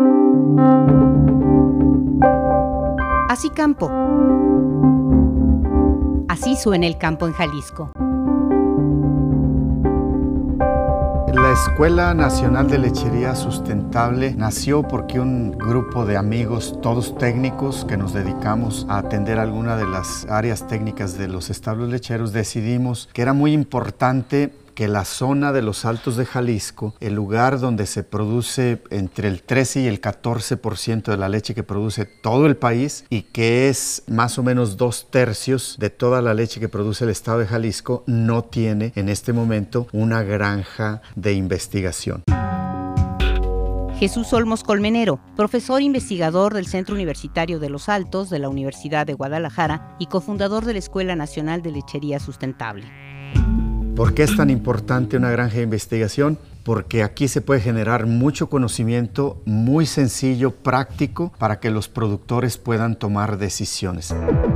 Así campo. Así suena el campo en Jalisco. La Escuela Nacional de Lechería Sustentable nació porque un grupo de amigos, todos técnicos, que nos dedicamos a atender alguna de las áreas técnicas de los establos lecheros, decidimos que era muy importante que la zona de los Altos de Jalisco, el lugar donde se produce entre el 13 y el 14% de la leche que produce todo el país y que es más o menos 2/3 de toda la leche que produce el estado de Jalisco, no tiene en este momento una granja de investigación. Jesús Olmos Colmenero, profesor investigador del Centro Universitario de los Altos de la Universidad de Guadalajara y cofundador de la Escuela Nacional de Lechería Sustentable. ¿Por qué es tan importante una granja de investigación? Porque aquí se puede generar mucho conocimiento muy sencillo, práctico, para que los productores puedan tomar decisiones.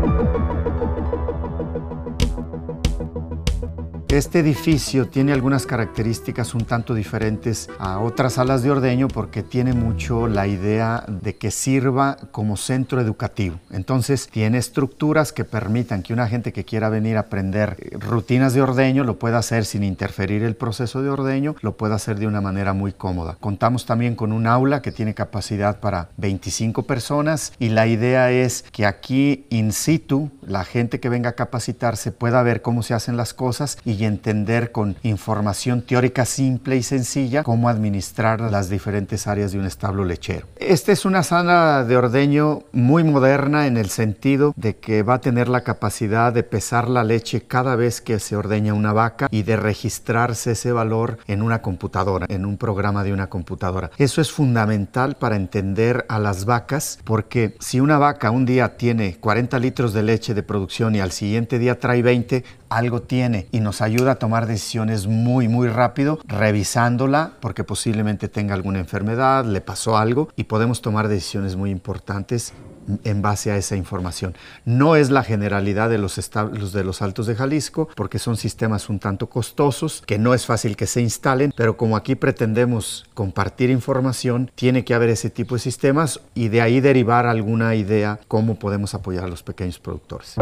Este edificio tiene algunas características un tanto diferentes a otras salas de ordeño porque tiene mucho la idea de que sirva como centro educativo. Entonces tiene estructuras que permitan que una gente que quiera venir a aprender rutinas de ordeño lo pueda hacer sin interferir el proceso de ordeño, lo pueda hacer de una manera muy cómoda. Contamos también con un aula que tiene capacidad para 25 personas y la idea es que aquí in situ la gente que venga a capacitarse pueda ver cómo se hacen las cosas y entender con información teórica simple y sencilla cómo administrar las diferentes áreas de un establo lechero. Esta es una sala de ordeño muy moderna en el sentido de que va a tener la capacidad de pesar la leche cada vez que se ordeña una vaca y de registrarse ese valor en una computadora, en un programa de una computadora. Eso es fundamental para entender a las vacas porque si una vaca un día tiene 40 litros de leche de producción y al siguiente día trae 20, algo tiene y nos ayuda a tomar decisiones muy rápido, revisándola porque posiblemente tenga alguna enfermedad, le pasó algo y podemos tomar decisiones muy importantes en base a esa información. No es la generalidad de los establos de los Altos de Jalisco porque son sistemas un tanto costosos que no es fácil que se instalen, pero como aquí pretendemos compartir información, tiene que haber ese tipo de sistemas y de ahí derivar alguna idea cómo podemos apoyar a los pequeños productores.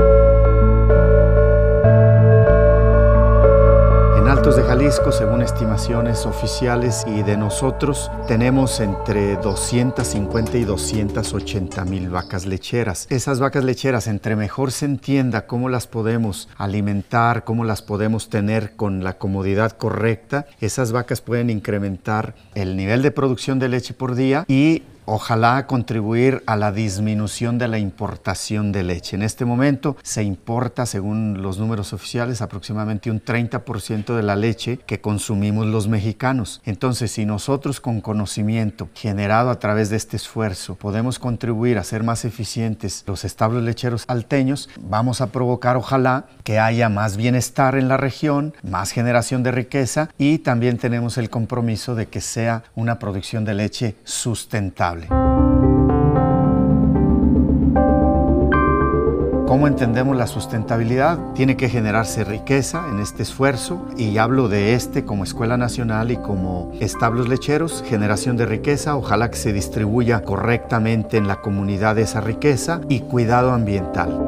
En Altos de Jalisco, según estimaciones oficiales y de nosotros, tenemos entre 250 y 280 mil vacas lecheras. Esas vacas lecheras, entre mejor se entienda cómo las podemos alimentar, cómo las podemos tener con la comodidad correcta, esas vacas pueden incrementar el nivel de producción de leche por día y ojalá contribuir a la disminución de la importación de leche. En este momento se importa, según los números oficiales, aproximadamente un 30% de la leche que consumimos los mexicanos. Entonces, si nosotros con conocimiento generado a través de este esfuerzo podemos contribuir a ser más eficientes los establos lecheros alteños, vamos a provocar, ojalá, que haya más bienestar en la región, más generación de riqueza y también tenemos el compromiso de que sea una producción de leche sustentable. ¿Cómo entendemos la sustentabilidad? Tiene que generarse riqueza en este esfuerzo y hablo de como Escuela Nacional y como establos lecheros, generación de riqueza, ojalá que se distribuya correctamente en la comunidad esa riqueza y cuidado ambiental.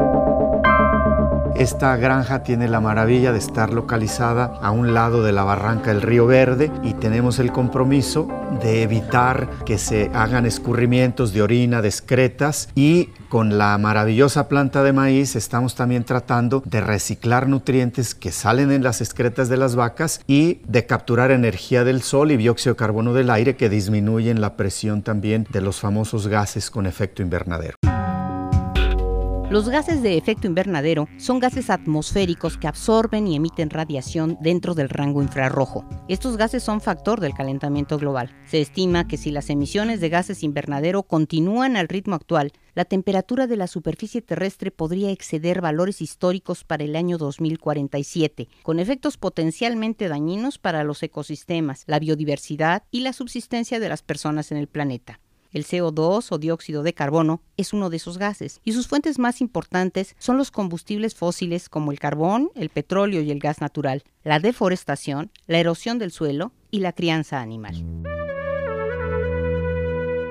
Esta granja tiene la maravilla de estar localizada a un lado de la barranca del Río Verde y tenemos el compromiso de evitar que se hagan escurrimientos de orina, de excretas y con la maravillosa planta de maíz estamos también tratando de reciclar nutrientes que salen en las excretas de las vacas y de capturar energía del sol y dióxido de carbono del aire que disminuyen la presión también de los famosos gases con efecto invernadero. Los gases de efecto invernadero son gases atmosféricos que absorben y emiten radiación dentro del rango infrarrojo. Estos gases son factor del calentamiento global. Se estima que si las emisiones de gases invernadero continúan al ritmo actual, la temperatura de la superficie terrestre podría exceder valores históricos para el año 2047, con efectos potencialmente dañinos para los ecosistemas, la biodiversidad y la subsistencia de las personas en el planeta. El CO2 o dióxido de carbono es uno de esos gases y sus fuentes más importantes son los combustibles fósiles como el carbón, el petróleo y el gas natural, la deforestación, la erosión del suelo y la crianza animal.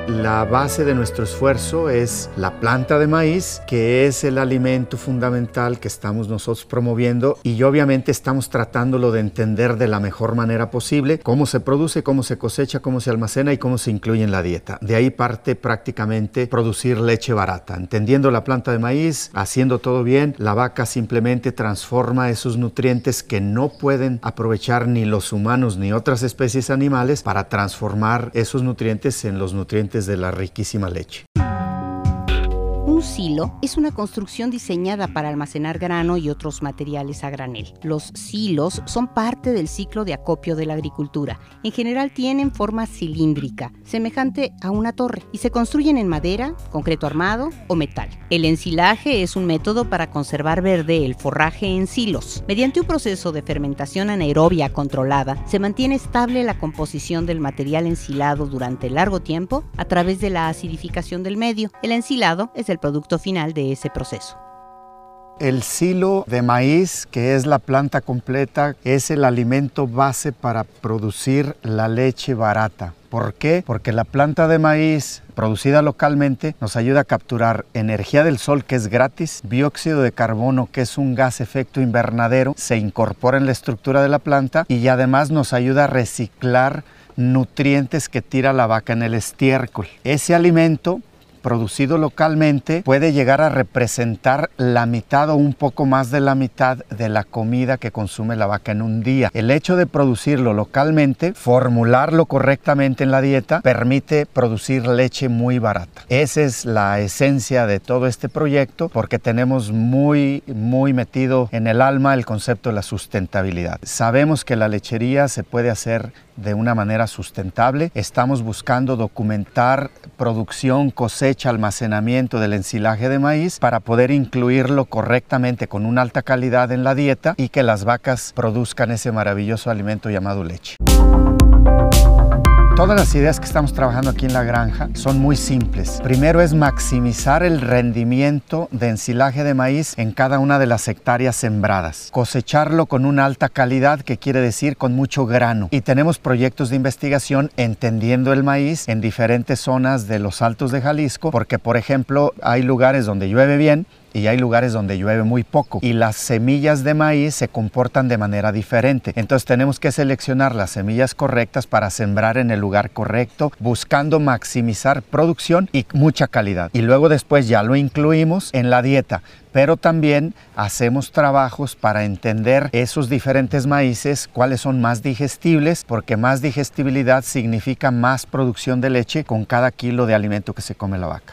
La base de nuestro esfuerzo es la planta de maíz, que es el alimento fundamental que estamos nosotros promoviendo, y obviamente estamos tratándolo de entender de la mejor manera posible cómo se produce, cómo se cosecha, cómo se almacena y cómo se incluye en la dieta. De ahí parte prácticamente producir leche barata. Entendiendo la planta de maíz, haciendo todo bien, la vaca simplemente transforma esos nutrientes que no pueden aprovechar ni los humanos ni otras especies animales para transformar esos nutrientes en los nutrientes de la riquísima leche. Un silo es una construcción diseñada para almacenar grano y otros materiales a granel. Los silos son parte del ciclo de acopio de la agricultura. En general tienen forma cilíndrica, semejante a una torre, y se construyen en madera, concreto armado o metal. El ensilaje es un método para conservar verde el forraje en silos. Mediante un proceso de fermentación anaerobia controlada, se mantiene estable la composición del material ensilado durante largo tiempo a través de la acidificación del medio. El ensilado es el producto final de ese proceso. El silo de maíz, que es la planta completa, es el alimento base para producir la leche barata. ¿Por qué? Porque la planta de maíz producida localmente nos ayuda a capturar energía del sol, que es gratis, dióxido de carbono, que es un gas efecto invernadero, se incorpora en la estructura de la planta y además nos ayuda a reciclar nutrientes que tira la vaca en el estiércol. Ese alimento producido localmente puede llegar a representar la mitad o un poco más de la mitad de la comida que consume la vaca en un día. El hecho de producirlo localmente, formularlo correctamente en la dieta, permite producir leche muy barata. Esa es la esencia de todo este proyecto, porque tenemos muy metido en el alma el concepto de la sustentabilidad. Sabemos que la lechería se puede hacer de una manera sustentable. Estamos buscando documentar producción, cosecha, almacenamiento del ensilaje de maíz para poder incluirlo correctamente con una alta calidad en la dieta y que las vacas produzcan ese maravilloso alimento llamado leche. Todas las ideas que estamos trabajando aquí en la granja son muy simples. Primero es maximizar el rendimiento de ensilaje de maíz en cada una de las hectáreas sembradas. Cosecharlo con una alta calidad, que quiere decir con mucho grano. Y tenemos proyectos de investigación entendiendo el maíz en diferentes zonas de los Altos de Jalisco, porque por ejemplo hay lugares donde llueve bien y hay lugares donde llueve muy poco y las semillas de maíz se comportan de manera diferente. Entonces tenemos que seleccionar las semillas correctas para sembrar en el lugar correcto, buscando maximizar producción y mucha calidad. Y luego después ya lo incluimos en la dieta, pero también hacemos trabajos para entender esos diferentes maíces, cuáles son más digestibles, porque más digestibilidad significa más producción de leche con cada kilo de alimento que se come la vaca.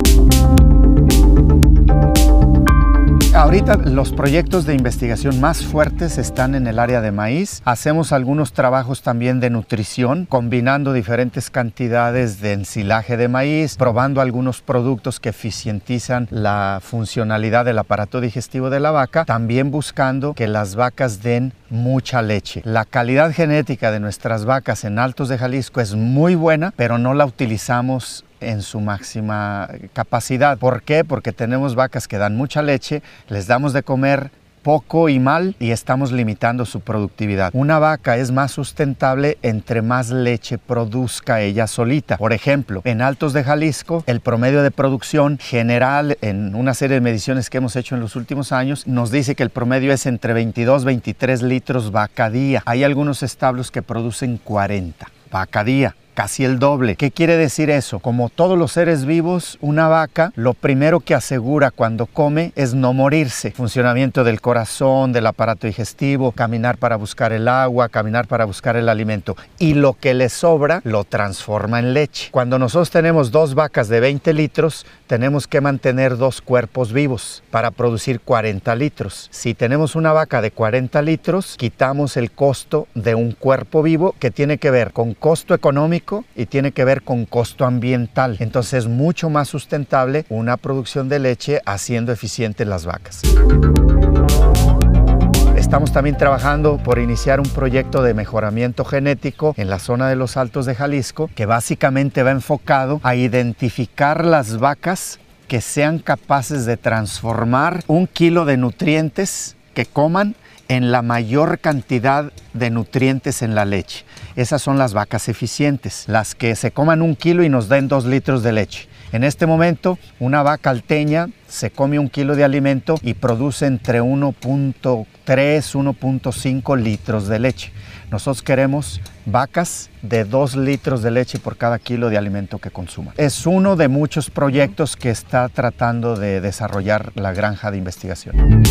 Ahorita los proyectos de investigación más fuertes están en el área de maíz. Hacemos algunos trabajos también de nutrición, combinando diferentes cantidades de ensilaje de maíz, probando algunos productos que eficientizan la funcionalidad del aparato digestivo de la vaca, también buscando que las vacas den mucha leche. La calidad genética de nuestras vacas en Altos de Jalisco es muy buena, pero no la utilizamos en su máxima capacidad. ¿Por qué? Porque tenemos vacas que dan mucha leche, les damos de comer poco y mal y estamos limitando su productividad. Una vaca es más sustentable entre más leche produzca ella solita. Por ejemplo, en Altos de Jalisco, el promedio de producción general en una serie de mediciones que hemos hecho en los últimos años nos dice que el promedio es entre 22 y 23 litros vaca día. Hay algunos establos que producen 40 vaca día. Casi el doble. ¿Qué quiere decir eso? Como todos los seres vivos, una vaca lo primero que asegura cuando come es no morirse. Funcionamiento del corazón, del aparato digestivo, caminar para buscar el agua, caminar para buscar el alimento. Y lo que le sobra lo transforma en leche. Cuando nosotros tenemos 2 vacas de 20 litros, tenemos que mantener 2 cuerpos vivos para producir 40 litros. Si tenemos una vaca de 40 litros, quitamos el costo de un cuerpo vivo que tiene que ver con costo económico y tiene que ver con costo ambiental. Entonces es mucho más sustentable una producción de leche haciendo eficientes las vacas. Estamos también trabajando por iniciar un proyecto de mejoramiento genético en la zona de los Altos de Jalisco, que básicamente va enfocado a identificar las vacas que sean capaces de transformar 1 kilo de nutrientes que coman en la mayor cantidad de nutrientes en la leche. Esas son las vacas eficientes, las que se coman 1 kilo y nos den 2 litros de leche. En este momento, una vaca alteña se come 1 kilo de alimento y produce entre 1.3, 1.5 litros de leche. Nosotros queremos vacas de 2 litros de leche por cada kilo de alimento que consuman. Es uno de muchos proyectos que está tratando de desarrollar la granja de investigación.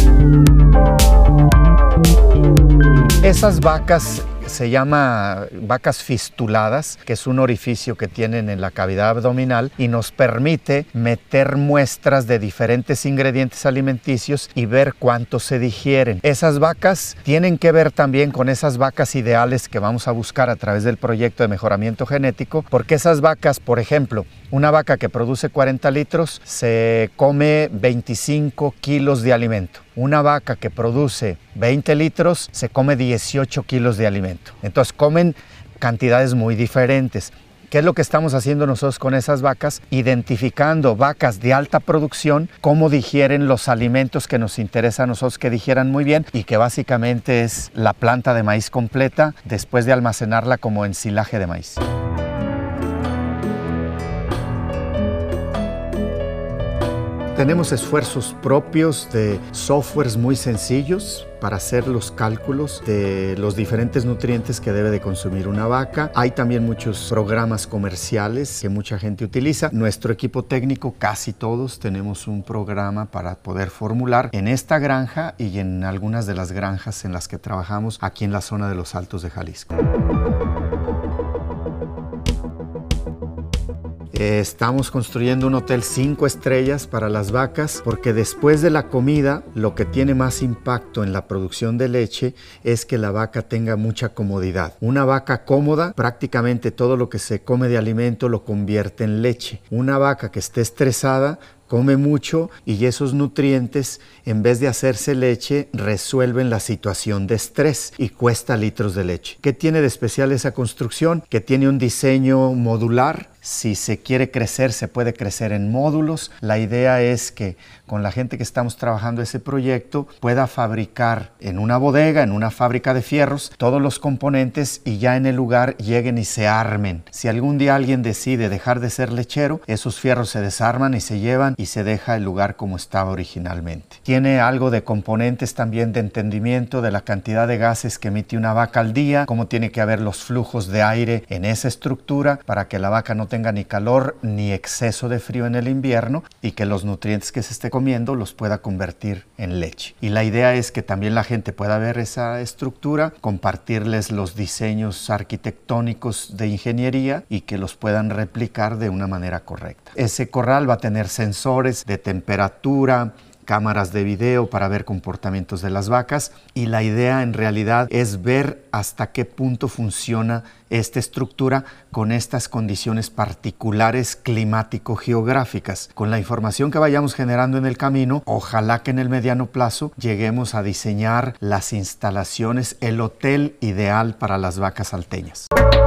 Esas vacas se llama vacas fistuladas, que es un orificio que tienen en la cavidad abdominal y nos permite meter muestras de diferentes ingredientes alimenticios y ver cuántos se digieren. Esas vacas tienen que ver también con esas vacas ideales que vamos a buscar a través del proyecto de mejoramiento genético, porque esas vacas, por ejemplo, una vaca que produce 40 litros se come 25 kilos de alimento. Una vaca que produce 20 litros se come 18 kilos de alimento. Entonces comen cantidades muy diferentes. ¿Qué es lo que estamos haciendo nosotros con esas vacas? Identificando vacas de alta producción, cómo digieren los alimentos que nos interesa a nosotros que digieran muy bien y que básicamente es la planta de maíz completa después de almacenarla como ensilaje de maíz. Tenemos esfuerzos propios de softwares muy sencillos para hacer los cálculos de los diferentes nutrientes que debe de consumir una vaca. Hay también muchos programas comerciales que mucha gente utiliza. Nuestro equipo técnico, casi todos, tenemos un programa para poder formular en esta granja y en algunas de las granjas en las que trabajamos aquí en la zona de los Altos de Jalisco. Estamos construyendo un hotel 5 estrellas para las vacas porque después de la comida lo que tiene más impacto en la producción de leche es que la vaca tenga mucha comodidad. Una vaca cómoda, prácticamente todo lo que se come de alimento lo convierte en leche. Una vaca que esté estresada come mucho y esos nutrientes, en vez de hacerse leche, resuelven la situación de estrés y cuesta litros de leche. ¿Qué tiene de especial esa construcción? Que tiene un diseño modular. Si se quiere crecer, se puede crecer en módulos. La idea es que con la gente que estamos trabajando ese proyecto pueda fabricar en una bodega, en una fábrica de fierros, todos los componentes y ya en el lugar lleguen y se armen. Si algún día alguien decide dejar de ser lechero, esos fierros se desarman y se llevan y se deja el lugar como estaba originalmente. Tiene algo de componentes también de entendimiento de la cantidad de gases que emite una vaca al día, cómo tiene que haber los flujos de aire en esa estructura para que la vaca no tenga ni calor ni exceso de frío en el invierno y que los nutrientes que se esté comiendo los pueda convertir en leche. Y la idea es que también la gente pueda ver esa estructura, compartirles los diseños arquitectónicos de ingeniería y que los puedan replicar de una manera correcta. Ese corral va a tener sensores de temperatura, cámaras de video para ver comportamientos de las vacas y la idea en realidad es ver hasta qué punto funciona esta estructura con estas condiciones particulares climático-geográficas. Con la información que vayamos generando en el camino, ojalá que en el mediano plazo lleguemos a diseñar las instalaciones, el hotel ideal para las vacas salteñas.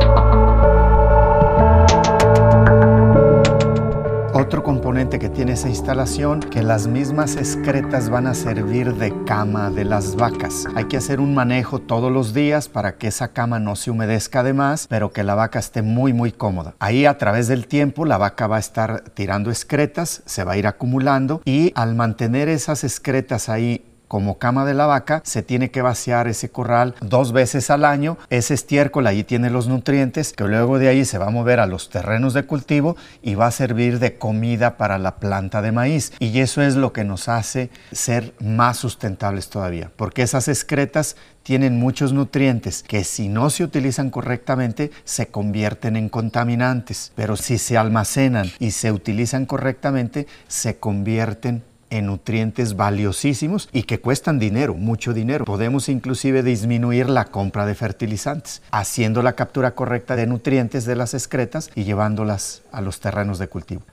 Otro componente que tiene esa instalación, que las mismas excretas van a servir de cama de las vacas. Hay que hacer un manejo todos los días para que esa cama no se humedezca de más, pero que la vaca esté muy cómoda. Ahí a través del tiempo la vaca va a estar tirando excretas, se va a ir acumulando y al mantener esas excretas ahí como cama de la vaca, se tiene que vaciar ese corral 2 veces al año. Ese estiércol ahí tiene los nutrientes que luego de ahí se va a mover a los terrenos de cultivo y va a servir de comida para la planta de maíz. Y eso es lo que nos hace ser más sustentables todavía, porque esas excretas tienen muchos nutrientes que si no se utilizan correctamente se convierten en contaminantes, pero si se almacenan y se utilizan correctamente se convierten en nutrientes valiosísimos y que cuestan dinero, mucho dinero. Podemos inclusive disminuir la compra de fertilizantes, haciendo la captura correcta de nutrientes de las excretas y llevándolas a los terrenos de cultivo.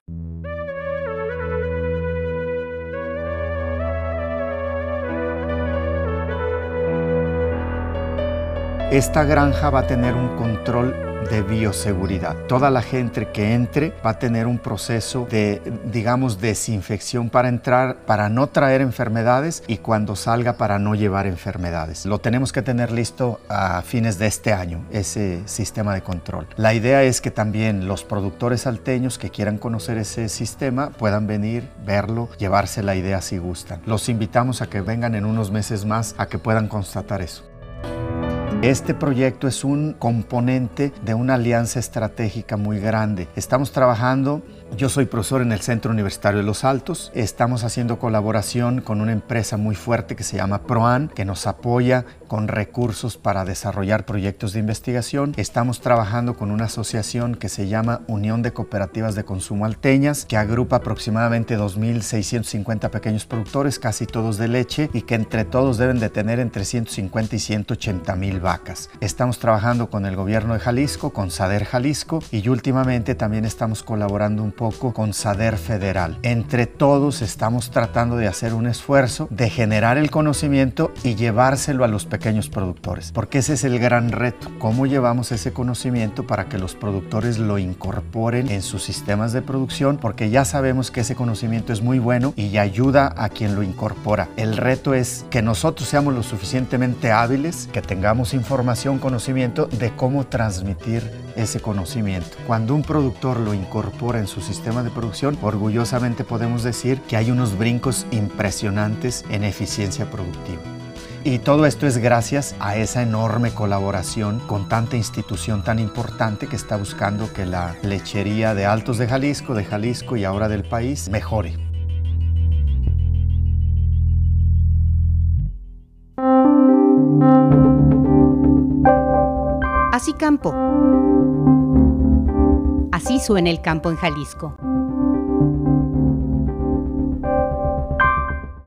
Esta granja va a tener un control de bioseguridad. Toda la gente que entre va a tener un proceso de, digamos, desinfección para entrar, para no traer enfermedades, y cuando salga para no llevar enfermedades. Lo tenemos que tener listo a fines de este año, ese sistema de control. La idea es que también los productores salteños que quieran conocer ese sistema puedan venir, verlo, llevarse la idea si gustan. Los invitamos a que vengan en unos meses más a que puedan constatar eso. Este proyecto es un componente de una alianza estratégica muy grande. Estamos trabajando, yo soy profesor en el Centro Universitario de Los Altos, estamos haciendo colaboración con una empresa muy fuerte que se llama PROAN, que nos apoya con recursos para desarrollar proyectos de investigación. Estamos trabajando con una asociación que se llama Unión de Cooperativas de Consumo Alteñas, que agrupa aproximadamente 2.650 pequeños productores, casi todos de leche, y que entre todos deben de tener entre 150 y 180,000 vacas. Estamos trabajando con el gobierno de Jalisco, con SADER Jalisco, y últimamente también estamos colaborando un poco con SADER Federal. Entre todos estamos tratando de hacer un esfuerzo de generar el conocimiento y llevárselo a los pequeños productores, porque ese es el gran reto. ¿Cómo llevamos ese conocimiento para que los productores lo incorporen en sus sistemas de producción? Porque ya sabemos que ese conocimiento es muy bueno y ayuda a quien lo incorpora. El reto es que nosotros seamos lo suficientemente hábiles, que tengamos información, conocimiento de cómo transmitir ese conocimiento. Cuando un productor lo incorpora en su sistema de producción, orgullosamente podemos decir que hay unos brincos impresionantes en eficiencia productiva. Y todo esto es gracias a esa enorme colaboración con tanta institución tan importante que está buscando que la lechería de Altos de Jalisco y ahora del país mejore. Así campo. Así suena el campo en Jalisco.